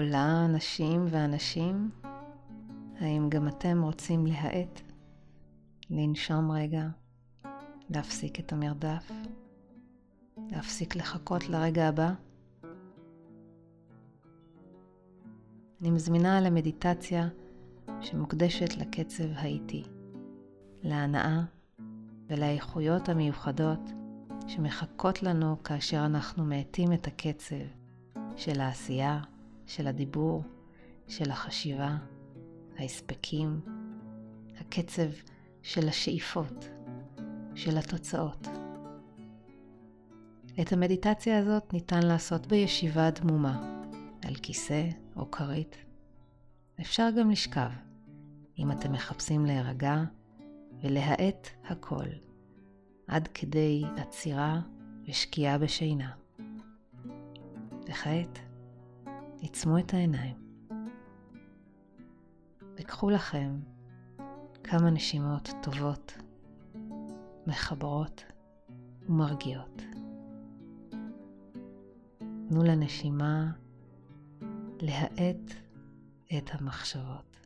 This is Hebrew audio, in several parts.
הולה, נשים ואנשים, האם גם אתם רוצים להאט, לנשום רגע, להפסיק את המרדף, להפסיק לחכות לרגע הבא? אני מזמינה למדיטציה שמוקדשת לקצב האיטי, להנאה ולאיכויות המיוחדות שמחכות לנו כאשר אנחנו מאטים את הקצב של העשייה, של הדיבור, של החשיבה, ההספקים, הקצב של השאיפות, של התוצאות. את המדיטציה הזאת ניתן לעשות בישיבה דמומה, על כיסא או כרית. אפשר גם לשכב, אם אתם מחפשים להירגע ולהאט הכל, עד כדי עצירה ושקיעה בשינה. וכעת, עצמו את העיניים. וקחו לכם כמה נשימות טובות, מחברות ומרגיעות. תנו לנשימה להאט את המחשבות.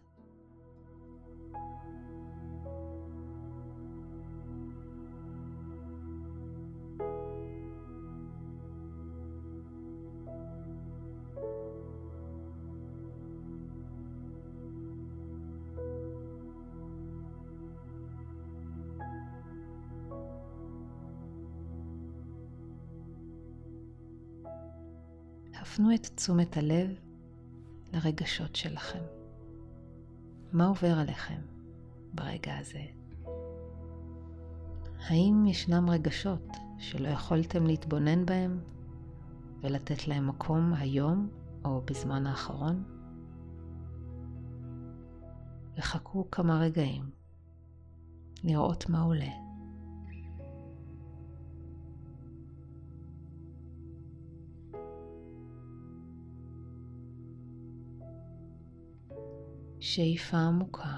הפנו את תשומת הלב לרגשות שלכם. מה עובר עליכם ברגע הזה? האם ישנם רגשות שלא יכולתם להתבונן בהם ולתת להם מקום היום או בזמן האחרון? וחכו כמה רגעים לראות מה עולה. שאיפה עמוקה,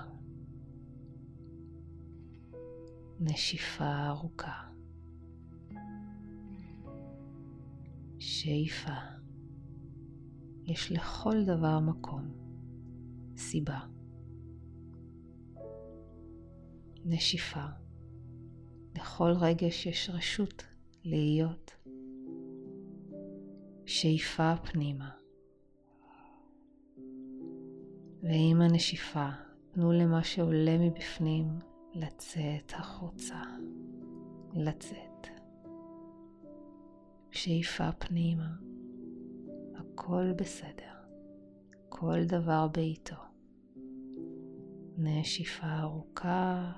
נשיפה ארוכה, שאיפה, יש לכל דבר מקום, סיבה. נשיפה, לכל רגש יש רשות להיות. שאיפה פנימה. ועם הנשיפה, תנו למה שעולה מבפנים לצאת החוצה, לצאת. שאיפה פנימה, הכל בסדר, כל דבר בעיתו. נשיפה ארוכה,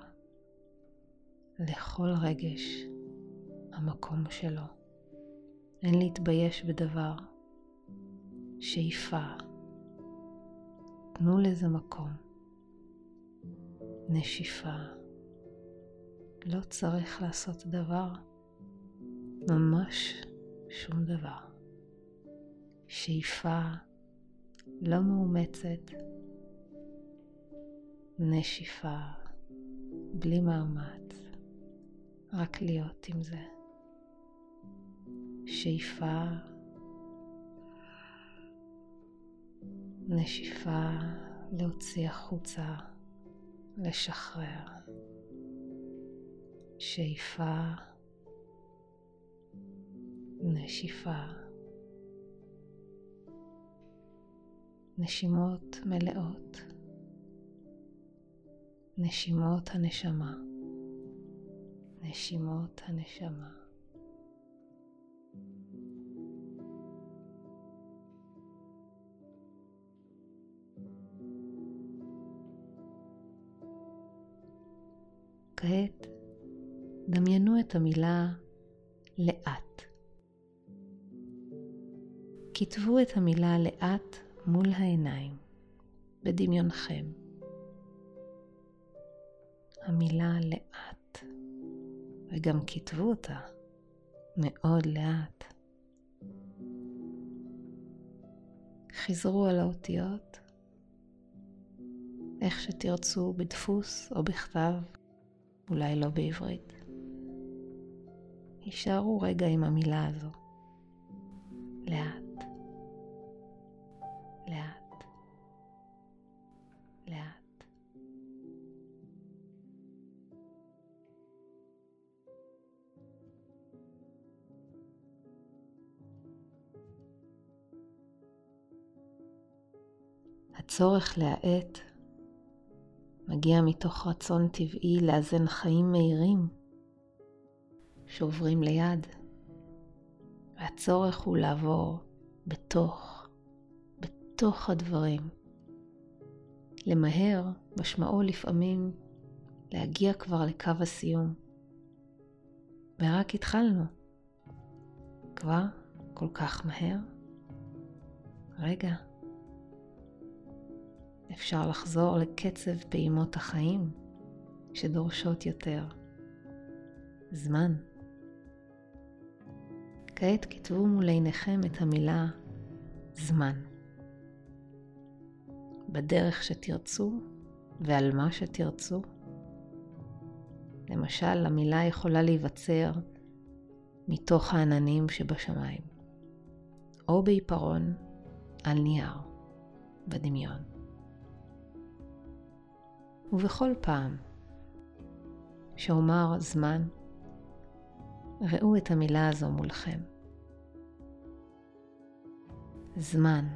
לכל רגש המקום שלו. אין להתבייש בדבר. שאיפה, תנו לזה מקום. נשיפה, לא צריך לעשות דבר, ממש שום דבר. שאיפה, לא מאומצת. נשיפה, בלי מאמץ, רק להיות עם זה. שאיפה, נשיפה, להוציא החוצה, לשחרר. שאיפה, נשיפה. נשימות מלאות. נשימות הנשמה. נשימות הנשמה. כעת דמיינו את המילה לאט. כתבו את המילה לאט מול העיניים, בדמיונכם. המילה לאט, וגם כתבו אותה מאוד לאט. חזרו על האותיות, איך שתרצו, בדפוס או בכתב, אולי לא בעברית. יישארו רגע עם המילה הזו. לאט, לאט. לאט. הצורך להאט מגיע מתוך רצון טבעי לאזן חיים מהירים שעוברים ליד. והצורך הוא לעבור בתוך הדברים. למהר משמעו לפעמים להגיע כבר לקו הסיום. ורק התחלנו. כבר כל כך מהר. רגע. אפשר לחזור לקצב פעימות החיים שדורשות יותר. זמן. כעת כתבו מול עיניכם את המילה זמן. בדרך שתרצו ועל מה שתרצו. למשל, המילה יכולה להיווצר מתוך העננים שבשמיים, או בעיפרון על נייר, בדמיון. ובכל פעם שאומר זמן, ראו את המילה הזו מולכם. זמן.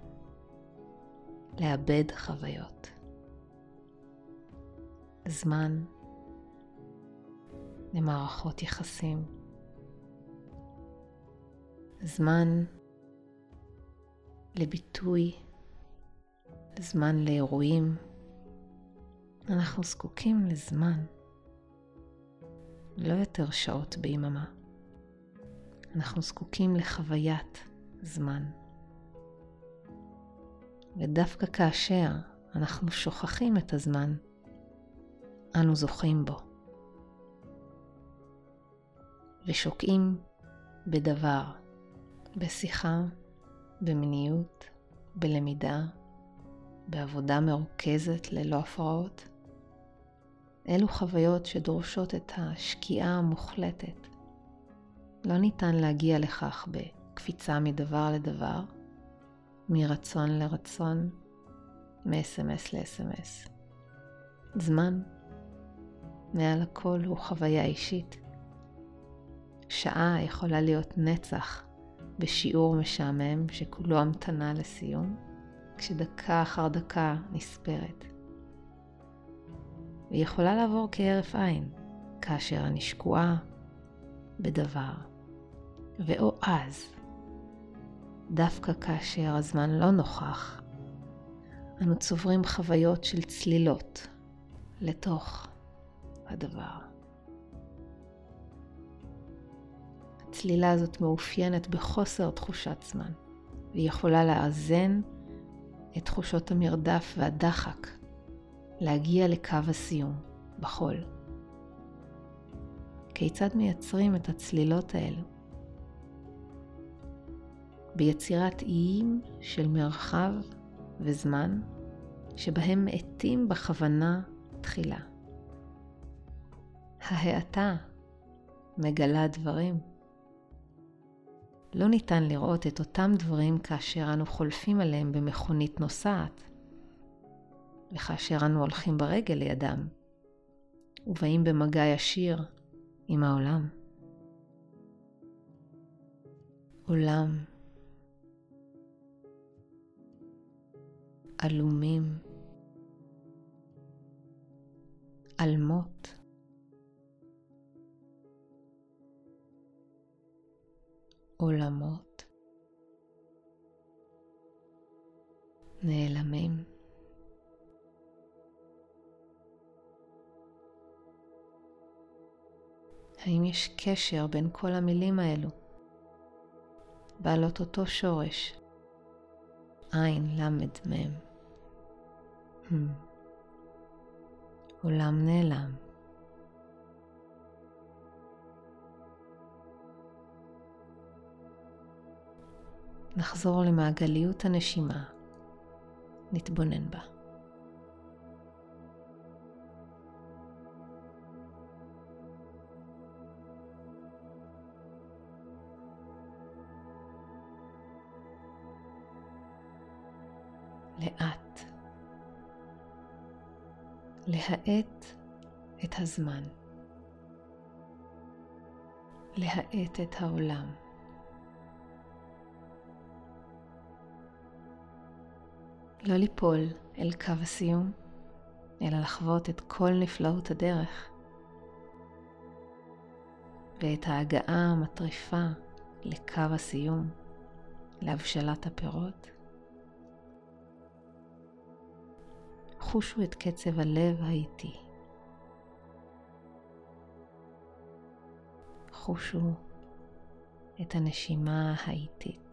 לאבד חוויות. זמן למערכות יחסים. זמן לביטוי. זמן לאירועים. אנחנו זקוקים לזמן. לא יותר שעות ביממה. אנחנו זקוקים לחוויית זמן. ודווקא כאשר אנחנו שוכחים את הזמן, אנו זוכים בו. ושוקעים בדבר, בשיחה, במיניות, בלמידה, בעבודה מרוכזת ללא הפרעות. אלו חוויות שדורשות את השקיעה המוחלטת. לא ניתן להגיע לכך בקפיצה מדבר לדבר, מרצון לרצון, מ-SMS ל-SMS. זמן, מעל הכל, הוא חוויה אישית. שעה יכולה להיות נצח בשיעור משעמם שכולו המתנה לסיום, כשדקה אחר דקה נספרת. והיא יכולה לעבור כהרף עין, כאשר אני שקועה בדבר. ואו אז, דווקא כאשר הזמן לא נוכח, אנו צוברים חוויות של צלילות לתוך הדבר. הצלילה הזאת מאופיינת בחוסר תחושת זמן, והיא יכולה לאזן את תחושות המרדף והדחק, להגיע לקו הסיום, בחול. כיצד מייצרים את הצלילות האלו? ביצירת איים של מרחב וזמן, שבהם מאטים בכוונה תחילה. ההאטה מגלה דברים. לא ניתן לראות את אותם דברים כאשר אנו חולפים עליהם במכונית נוסעת, וכאשר אנו הולכים ברגל לידם, ובאים במגע ישיר עם העולם. עולם אלומים, אלמות, עולמות, נעלמים. האם יש קשר בין כל המילים האלו? בעלות אותו שורש, עין למד מם. עולם נעלם. נחזור למעגליות הנשימה, נתבונן בה. לאט, להאט את הזמן, להאט את העולם. לא ליפול אל קו הסיום, אלא לחוות את כל נפלאות הדרך ואת ההגעה המטריפה לקו הסיום, להבשלת הפירות. חושו את קצב הלב האיטי. חושו את הנשימה האיטית.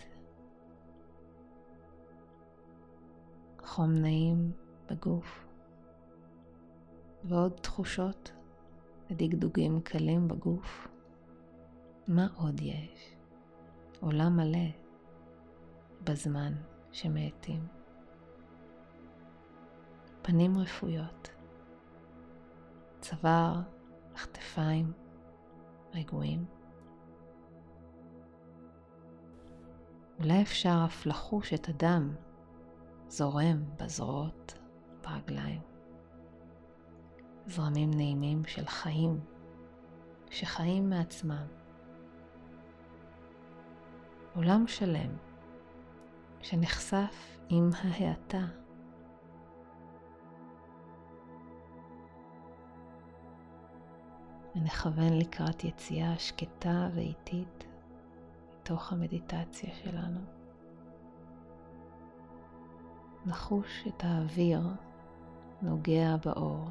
חום נעים בגוף ועוד תחושות ודגדוגים קלים בגוף. מה עוד יש? עולם מלא בזמן שמאטים. פנים רפויות, צוואר, כתפיים רגועים. אולי אפשר אף לחוש את הדם זורם בזרועות, ברגליים. זרמים נעימים של חיים שחיים מעצמם. עולם שלם שנחשף עם ההאטה. ונכוון לקראת יציאה שקטה ואיטית מתוך המדיטציה שלנו. נחוש את האוויר נוגע באור.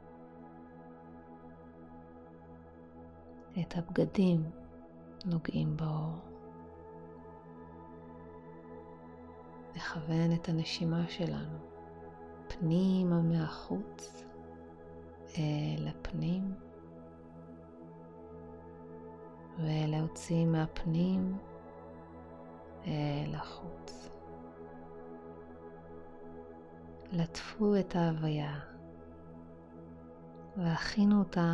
את הבגדים נוגעים באור. נכוון את הנשימה שלנו פנימה מהחוץ אל הפנים, ולהוציא מהפנים אל החוץ. לטפו את ההוויה והכינו אותה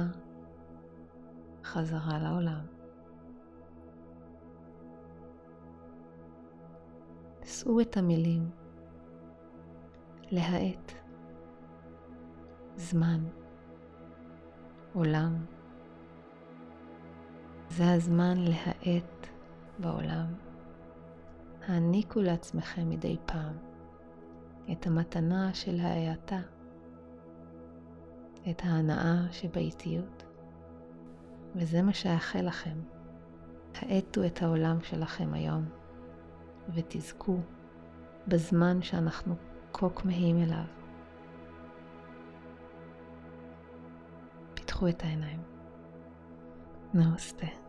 חזרה לעולם. שאו את המילים להאט, זמן, עולם. זה הזמן להאט בעולם. העניקו לעצמכם מדי פעם את המתנה של ההאטה, את ההנאה שבאיטיות, וזה מה שאאחל לכם. האטו את העולם שלכם היום, ותזכו בזמן שאנחנו כה כמהים אליו. פתחו את העיניים. נמסטה.